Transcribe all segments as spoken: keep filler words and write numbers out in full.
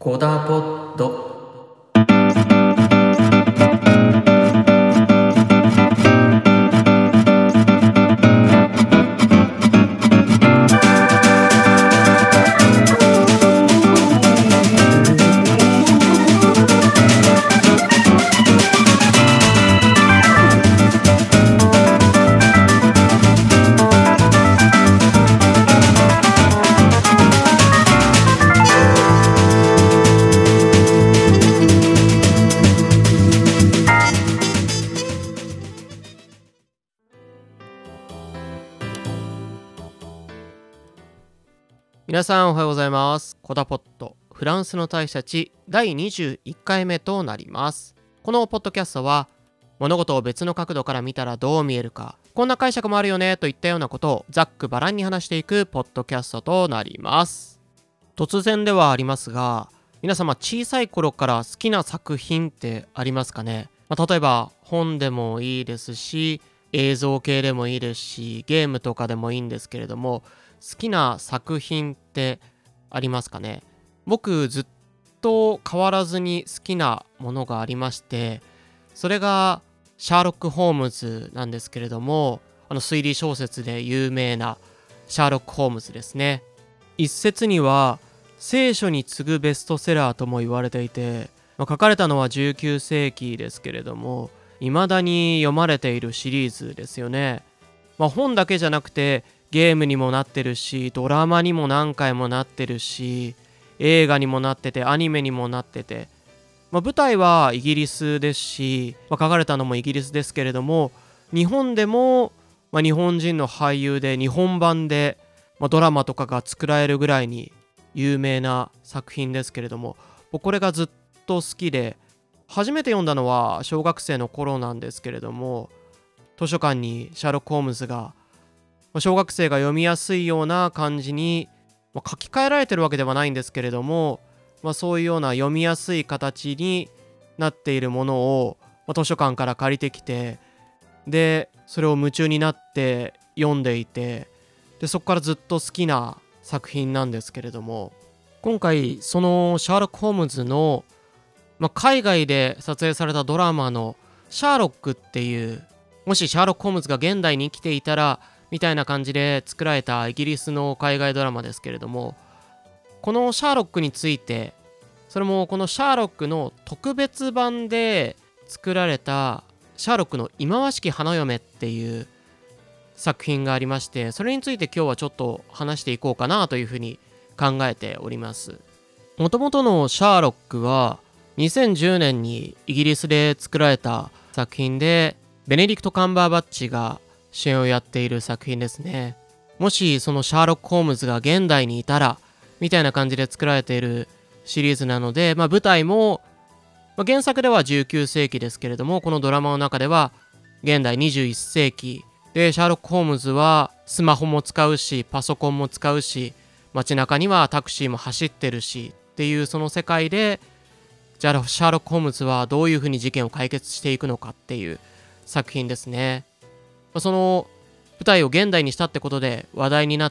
コダポッド。皆さんおはようございます。コダポッドフランスの大使たちだいにじゅういっかいめとなります。このポッドキャストは物事を別の角度から見たらどう見えるか、こんな解釈もあるよねといったようなことをざっくばらんに話していくポッドキャストとなります。突然ではありますが、皆様小さい頃から好きな作品ってありますかね。まあ、例えば本でもいいですし、映像系でもいいですし、ゲームとかでもいいんですけれども、好きな作品ってありますかね。僕ずっと変わらずに好きなものがありまして、それがシャーロック・ホームズなんですけれども、あの推理小説で有名なシャーロック・ホームズですね。一説には聖書に次ぐベストセラーとも言われていて、まあ、書かれたのはじゅうきゅうせいきですけれども、未だに読まれているシリーズですよね。まあ、本だけじゃなくてゲームにもなってるし、ドラマにも何回もなってるし、映画にもなってて、アニメにもなってて、まあ、舞台はイギリスですし、まあ、書かれたのもイギリスですけれども、日本でも、まあ、日本人の俳優で日本版で、まあ、ドラマとかが作られるぐらいに有名な作品ですけれども、僕これがずっと好きで、初めて読んだのは小学生の頃なんですけれども、図書館にシャーロック・ホームズが小学生が読みやすいような感じに、まあ、書き換えられてるわけではないんですけれども、まあ、そういうような読みやすい形になっているものを、まあ、図書館から借りてきて、でそれを夢中になって読んでいて、でそこからずっと好きな作品なんですけれども、今回そのシャーロック・ホームズの、まあ、海外で撮影されたドラマのシャーロックっていう、もしシャーロック・ホームズが現代に生きていたらみたいな感じで作られたイギリスの海外ドラマですけれども、このシャーロックについて、それもこのシャーロックの特別版で作られたシャーロックの忌まわしき花嫁っていう作品がありまして、それについて今日はちょっと話していこうかなというふうに考えております。もともとのシャーロックはにせんじゅうねんにイギリスで作られた作品で、ベネディクト・カンバーバッチが主演をやっている作品ですね。もしそのシャーロック・ホームズが現代にいたらみたいな感じで作られているシリーズなので、まあ、舞台も、まあ、原作ではじゅうきゅうせいきですけれども、このドラマの中では現代にじゅういっせいきで、シャーロック・ホームズはスマホも使うし、パソコンも使うし、街中にはタクシーも走ってるしっていうその世界で、じゃあシャーロック・ホームズはどういうふうに事件を解決していくのかっていう作品ですね。その舞台を現代にしたってことで話題になって、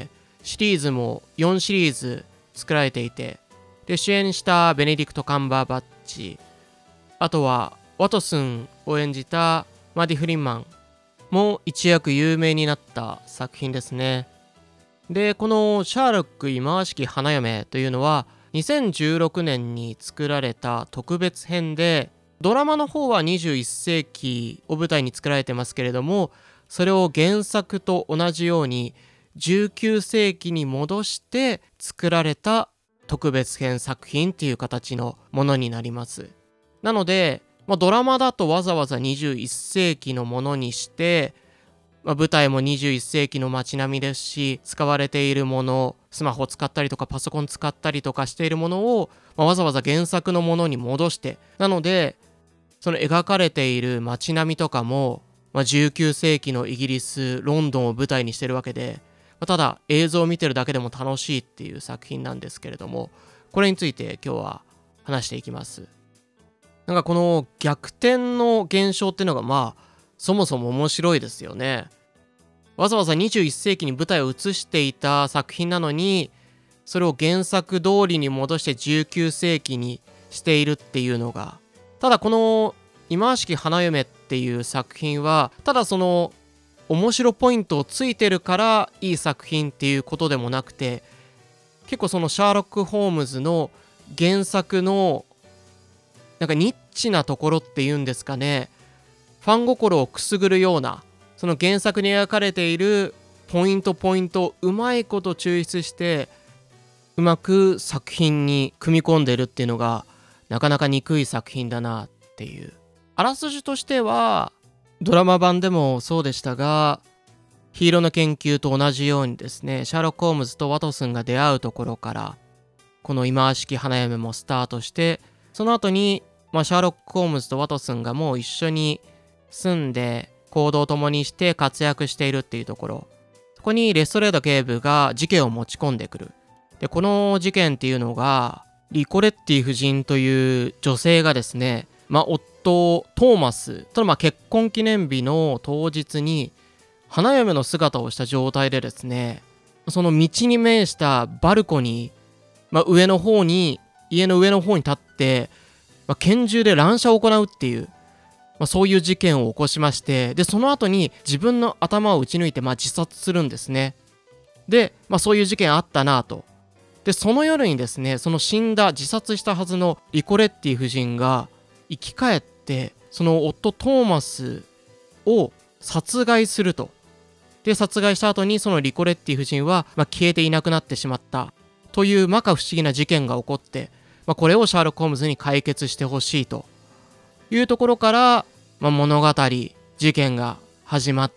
シリーズもよんシリーズ作られていて、で主演したベネディクト・カンバーバッチ、あとはワトソンを演じたマーティ・フリンマンも一躍有名になった作品ですね。でこのシャーロック忌まわしき花嫁というのはにせんじゅうろくねんに作られた特別編で、ドラマの方はにじゅういっせいきを舞台に作られてますけれども、それを原作と同じようにじゅうきゅうせいきに戻して作られた特別編作品っていう形のものになります。なので、まあ、ドラマだとわざわざにじゅういっせいきのものにして、まあ、舞台もにじゅういっせいきの街並みですし、使われているもの、スマホ使ったりとかパソコン使ったりとかしているものを、まあ、わざわざ原作のものに戻して、なのでその描かれている街並みとかも、まあ、じゅうきゅうせいきのイギリス、ロンドンを舞台にしてるわけで、まあ、ただ映像を見てるだけでも楽しいっていう作品なんですけれども、これについて今日は話していきます。なんかこの逆転の現象っていうのがまあそもそも面白いですよね。わざわざにじゅういっせいきに舞台を移していた作品なのに、 それを原作通りに戻してじゅうきゅうせいきにしているっていうのが、ただこの忌まわしき花嫁っていう作品はただその面白ポイントをついてるからいい作品っていうことでもなくて、結構そのシャーロック・ホームズの原作のなんかニッチなところっていうんですかね、ファン心をくすぐるような、その原作に描かれているポイントポイントをうまいこと抽出してうまく作品に組み込んでるっていうのがなかなか憎い作品だなっていう。あらすじとしてはドラマ版でもそうでしたが、ヒーローの研究と同じようにですね、シャーロック・ホームズとワトソンが出会うところからこの忌まわしき花嫁もスタートして、その後に、まあ、シャーロック・ホームズとワトソンがもう一緒に住んで行動を共にして活躍しているっていうところ、そこにレストレード警部が事件を持ち込んでくる。でこの事件っていうのがリコレッティ夫人という女性がですね、まあ、夫トーマスとのまあ結婚記念日の当日に花嫁の姿をした状態でですね、その道に面したバルコニー、まあ、上の方に家の上の方に立って、まあ、拳銃で乱射を行うっていう、まあ、そういう事件を起こしまして、でその後に自分の頭を撃ち抜いてまあ自殺するんですね。で、まあ、そういう事件あったなと。でその夜にですね、その死んだ自殺したはずのリコレッティ夫人が生き返ってその夫トーマスを殺害すると。で殺害した後にそのリコレッティ夫人は、まあ、消えていなくなってしまったという摩訶不思議な事件が起こって、まあ、これをシャーロック・ホームズに解決してほしいというところから、まあ、物語事件が始まって、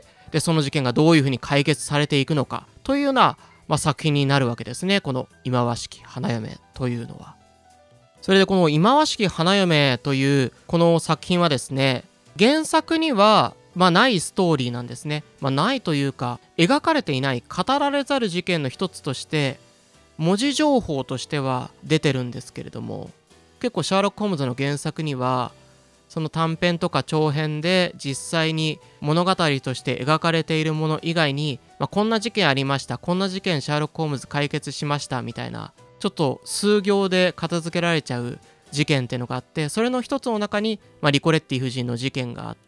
でその事件がどういうふうに解決されていくのかというような、まあ、作品になるわけですね、この忌まわしき花嫁というのは。それでこの忌まわしき花嫁というこの作品はですね、原作にはまあないストーリーなんですね。まあないというか描かれていない語られざる事件の一つとして文字情報としては出てるんですけれども、結構シャーロック・ホームズの原作にはその短編とか長編で実際に物語として描かれているもの以外に、まあ、こんな事件ありました、こんな事件シャーロック・ホームズ解決しましたみたいな、ちょっと数行で片付けられちゃう事件っていうのがあって、それの一つの中に、まあ、リコレッティ夫人の事件があって、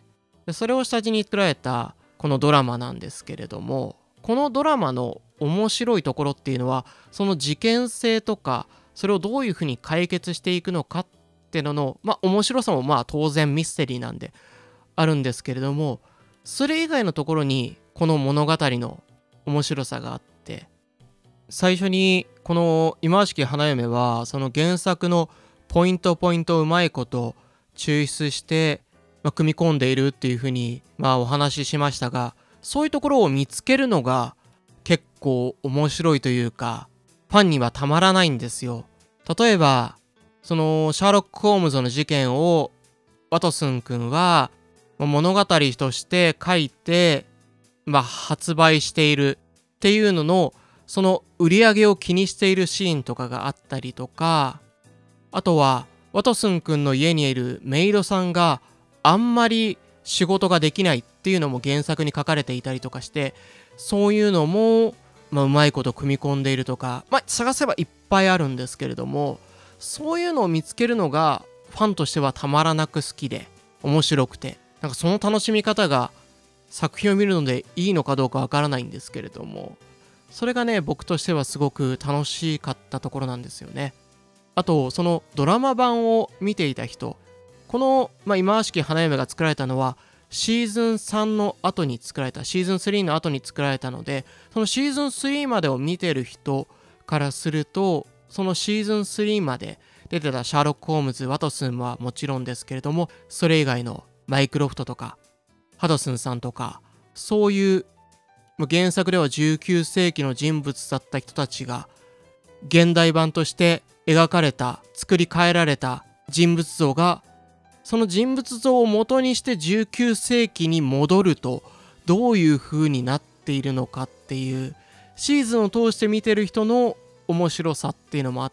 でそれを下地に作られたこのドラマなんですけれども、このドラマの面白いところっていうのはその事件性とか、それをどういうふうに解決していくのかっていうのの、まあ面白さもまあ当然ミステリーなんであるんですけれども、それ以外のところにこの物語の面白さがあって、最初にこの忌まわしき花嫁はその原作のポイントポイントをうまいこと抽出して、まあ、組み込んでいるっていうふうにまあお話ししましたが、そういうところを見つけるのが結構面白いというか、ファンにはたまらないんですよ。例えばそのシャーロック・ホームズの事件をワトソン君は物語として書いて、まあ、発売しているっていうののその売り上げを気にしているシーンとかがあったりとか、あとはワトソン君の家にいるメイドさんがあんまり仕事ができないっていうのも原作に書かれていたりとかして、そういうのも、まあ、うまいこと組み込んでいるとか、まあ、探せばいっぱいあるんですけれども、そういうのを見つけるのがファンとしてはたまらなく好きで面白くて、なんかその楽しみ方が作品を見るのでいいのかどうかわからないんですけれども、それがね僕としてはすごく楽しかったところなんですよね。あとそのドラマ版を見ていた人、この、まあ、忌まわしき花嫁が作られたのはシーズンさんの後に作られた、シーズンスリーの後に作られたので、そのシーズンスリーまでを見てる人からすると、そのシーズンスリーまで出てたシャーロック・ホームズ、ワトソンはもちろんですけれども、それ以外のマイクロフトとかハドソンさんとか、そういう原作ではじゅうきゅうせいきの人物だった人たちが現代版として描かれた、作り変えられた人物像が、その人物像を元にしてじゅうきゅうせいきに戻るとどういう風になっているのかっていう、シーズンを通して見てる人の面白さっていうのもあって、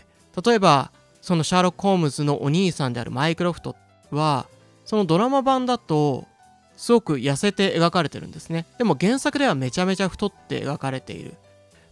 例えばそのシャーロック・ホームズのお兄さんであるマイクロフトはそのドラマ版だとすごく痩せて描かれてるんですね。でも原作ではめちゃめちゃ太って描かれている。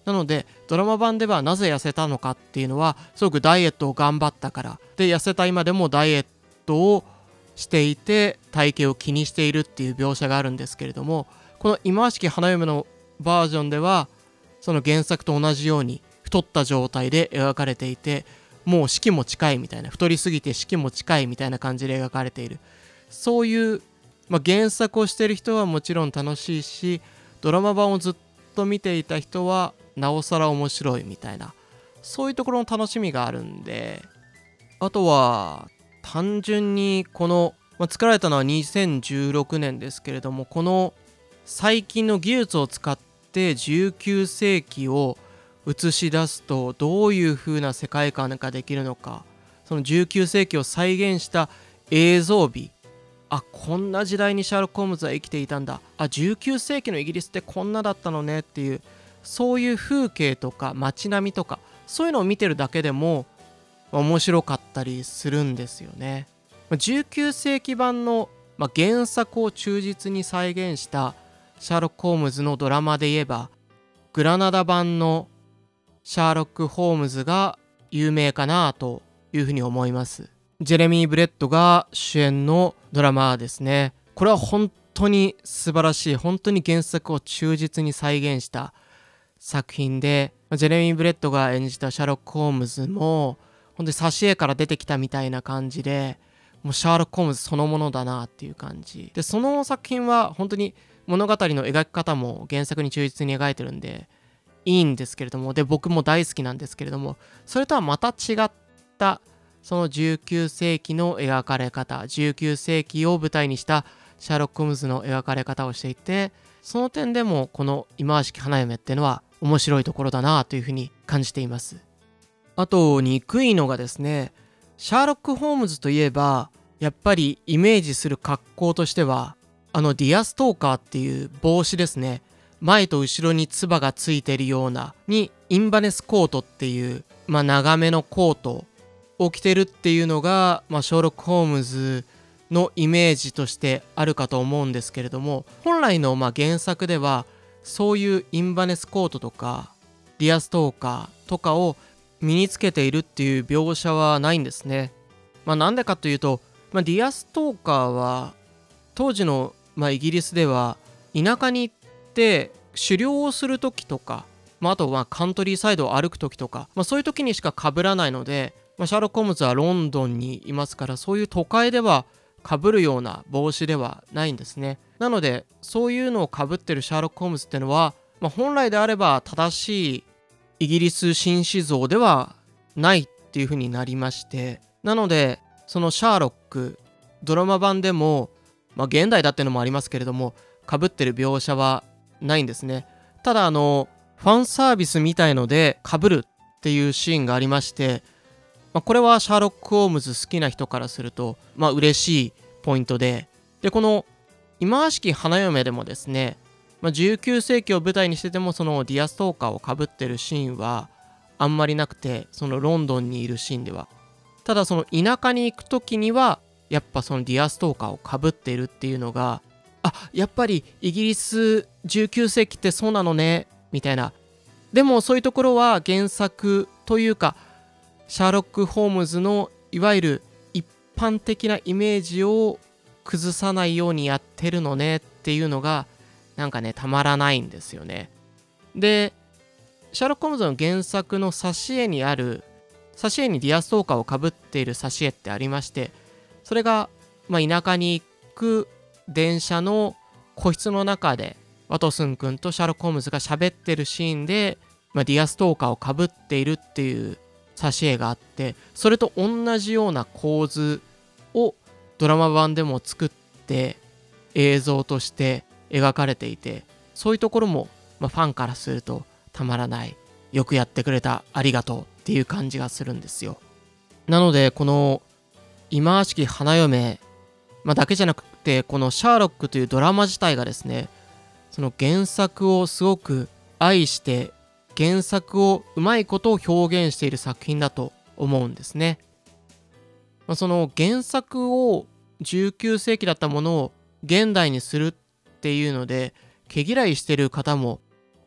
なのでドラマ版ではなぜ痩せたのかっていうのはすごくダイエットを頑張ったからで、痩せた今でもダイエットをしていて体型を気にしているっていう描写があるんですけれども、この忌まわしき花嫁のバージョンではその原作と同じように太った状態で描かれていて、もう死期も近いみたいな、太りすぎて死期も近いみたいな感じで描かれている、そういう、まあ、原作をしている人はもちろん楽しいし、ドラマ版をずっと見ていた人はなおさら面白いみたいな、そういうところの楽しみがあるんで、あとは単純にこの、まあ、作られたのはにせんじゅうろくねんですけれども、この最近の技術を使ってじゅうきゅうせいきを映し出すとどういう風な世界観ができるのか、そのじゅうきゅうせいきを再現した映像美、あ、こんな時代にシャーロック・ホームズは生きていたんだ、あ、じゅうきゅうせいきのイギリスってこんなだったのねっていう、そういう風景とか街並みとかそういうのを見てるだけでも面白かったりするんですよね。じゅうきゅうせいき版の、まあ、原作を忠実に再現したシャーロック・ホームズのドラマで言えば、グラナダ版のシャーロック・ホームズが有名かなというふうに思います。ジェレミー・ブレッドが主演のドラマですね。これは本当に素晴らしい、本当に原作を忠実に再現した作品で、ジェレミー・ブレッドが演じたシャーロック・ホームズも本当に挿絵から出てきたみたいな感じで、もうシャーロック・ホームズそのものだなっていう感じで、その作品は本当に物語の描き方も原作に忠実に描いてるんでいいんですけれども、で僕も大好きなんですけれども、それとはまた違ったそのじゅうきゅうせいきの描かれ方、じゅうきゅうせいきを舞台にしたシャーロック・ホームズの描かれ方をしていて、その点でもこの忌まわしき花嫁っていうのは面白いところだなというふうに感じています。あと憎いのがですね、シャーロック・ホームズといえばやっぱりイメージする格好としては、あのディアストーカーっていう帽子ですね、前と後ろにつばがついてるようなにインバネスコートっていう、まあ、長めのコートを着てるっていうのが、まあ、シャーロック・ホームズのイメージとしてあるかと思うんですけれども、本来のまあ原作ではそういうインバネスコートとかディアストーカーとかを身につけているっていう描写はないんですね。まあ、なんでかというと、まあ、ディアストーカーは当時のまあイギリスでは田舎に行って狩猟をする時とか、まあ、あとはカントリーサイドを歩く時とか、まあ、そういう時にしか被らないので、まあ、シャーロック・ホームズはロンドンにいますから、そういう都会では被るような帽子ではないんですね。なのでそういうのを被ってるシャーロック・ホームズっていうのは、まあ、本来であれば正しいイギリス紳士像ではないっていう風になりまして、なのでそのシャーロックドラマ版でも、まあ、現代だってのもありますけれども被ってる描写はないんですね。ただあのファンサービスみたいので被るっていうシーンがありまして、まあ、これはシャーロック・ホームズ好きな人からするとまあ嬉しいポイントで、でこの忌まわしき花嫁でもですね、まあ、じゅうきゅうせいきを舞台にしててもそのディアストーカーをかぶってるシーンはあんまりなくて、そのロンドンにいるシーンでは。ただその田舎に行く時にはやっぱそのディアストーカーをかぶっているっていうのが、あ、やっぱりイギリスじゅうきゅうせいきってそうなのねみたいな。でもそういうところは原作というかシャーロック・ホームズのいわゆる一般的なイメージを崩さないようにやってるのねっていうのがなんかねたまらないんですよね。でシャーロック・ホームズの原作の挿絵にある挿絵にディアストーカーをかぶっている挿絵ってありまして、それが、まあ、田舎に行く電車の個室の中でワトソン君とシャーロック・ホームズが喋ってるシーンで、まあ、ディアストーカーをかぶっているっていう挿絵があって、それと同じような構図をドラマ版でも作って映像として描かれていて、そういうところも、まあ、ファンからするとたまらない、よくやってくれた、ありがとうっていう感じがするんですよ。なのでこの忌まわしき花嫁、まあ、だけじゃなくてこのシャーロックというドラマ自体がですね、その原作をすごく愛して原作をうまいことを表現している作品だと思うんですね。まあ、その原作をじゅうきゅうせいきだったものを現代にするっていうので毛嫌いしてる方も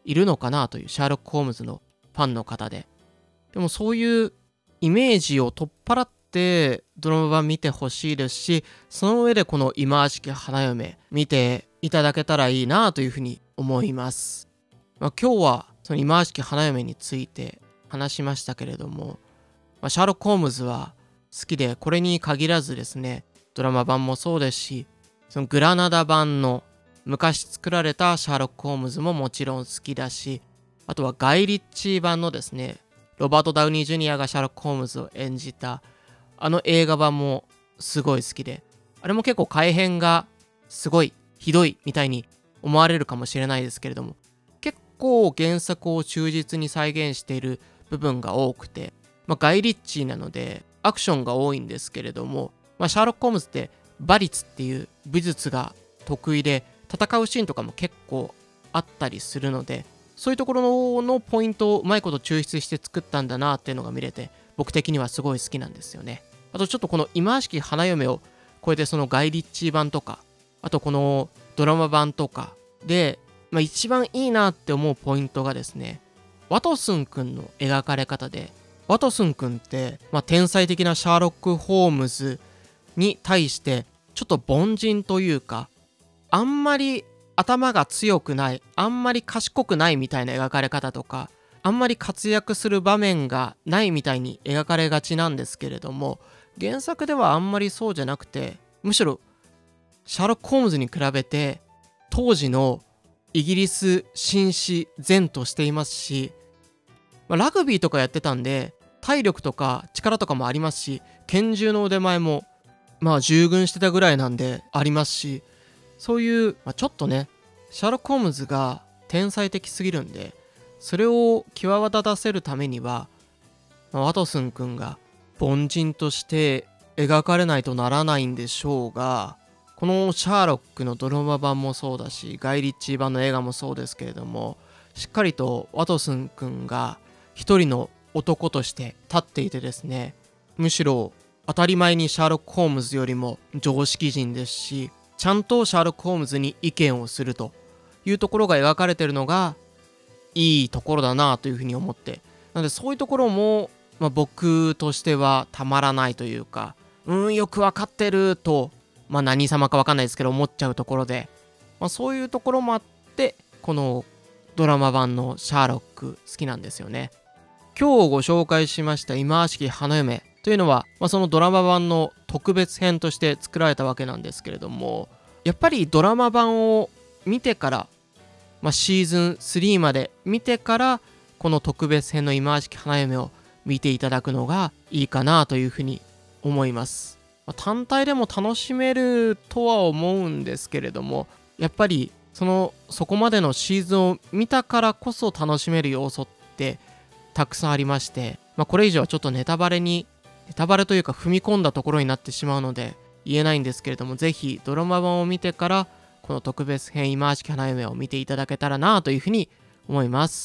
いるのかなというシャーロック・ホームズのファンの方で。でもそういうイメージを取っ払ってドラマ版見てほしいですし、その上でこの忌まわしき花嫁見ていただけたらいいなというふうに思います。まあ、今日はその忌まわしき花嫁について話しましたけれども、まあ、シャーロック・ホームズは好きで、これに限らずですね、ドラマ版もそうですし、そのグラナダ版の昔作られたシャーロック・ホームズももちろん好きだし、あとはガイ・リッチー版のですね、ロバート・ダウニー・ジュニアがシャーロック・ホームズを演じたあの映画版もすごい好きで、あれも結構改変がすごいひどいみたいに思われるかもしれないですけれども、結構原作を忠実に再現している部分が多くて、まあ、ガイ・リッチーなのでアクションが多いんですけれども、まあ、シャーロック・ホームズって馬術っていう武術が得意で、戦うシーンとかも結構あったりするので、そういうところのポイントをうまいこと抽出して作ったんだなっていうのが見れて、僕的にはすごい好きなんですよね。あとちょっとこの忌まわしき花嫁を超えて、そのガイ・リッチー版とか、あとこのドラマ版とかで、まあ、一番いいなって思うポイントがですね、ワトソン君の描かれ方で、ワトソン君って、まあ、天才的なシャーロック・ホームズに対してちょっと凡人というか、あんまり頭が強くない、あんまり賢くないみたいな描かれ方とか、あんまり活躍する場面がないみたいに描かれがちなんですけれども、原作ではあんまりそうじゃなくて、むしろシャーロック・ホームズに比べて当時のイギリス紳士前としていますし、まあ、ラグビーとかやってたんで体力とか力とかもありますし、拳銃の腕前もまあ従軍してたぐらいなんでありますし、そういう、まあ、ちょっとねシャーロック・ホームズが天才的すぎるんで、それを際立たせるためには、まあ、ワトソン君が凡人として描かれないとならないんでしょうが、このシャーロックのドラマ版もそうだし、ガイ・リッチー版の映画もそうですけれども、しっかりとワトソン君が一人の男として立っていてですね、むしろ当たり前にシャーロック・ホームズよりも常識人ですし、ちゃんとシャーロック・ホームズに意見をするというところが描かれているのがいいところだなというふうに思って、なのでそういうところも、まあ、僕としてはたまらないというか、うーんよくわかってると、まあ、何様かわかんないですけど思っちゃうところで、まあ、そういうところもあってこのドラマ版のシャーロック好きなんですよね。今日ご紹介しました忌まわしき花嫁というのは、まあ、そのドラマ版の特別編として作られたわけなんですけれども、やっぱりドラマ版を見てから、まあ、シーズンスリーまで見てからこの特別編の忌まわしき花嫁を見ていただくのがいいかなというふうに思います。まあ、単体でも楽しめるとは思うんですけれども、やっぱりそのそこまでのシーズンを見たからこそ楽しめる要素ってたくさんありまして、まあ、これ以上はちょっとネタバレにネタバレというか踏み込んだところになってしまうので言えないんですけれども、ぜひドラマ版を見てからこの特別編忌まわしき花嫁を見ていただけたらなというふうに思います。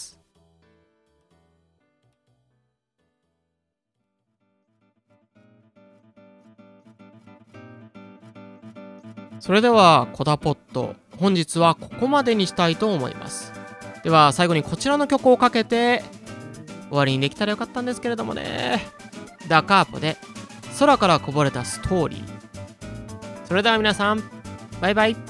それではコダポット、本日はここまでにしたいと思います。では最後にこちらの曲をかけて終わりにできたらよかったんですけれどもね。ダカーポで空からこぼれたストーリー。それでは皆さん、バイバイ。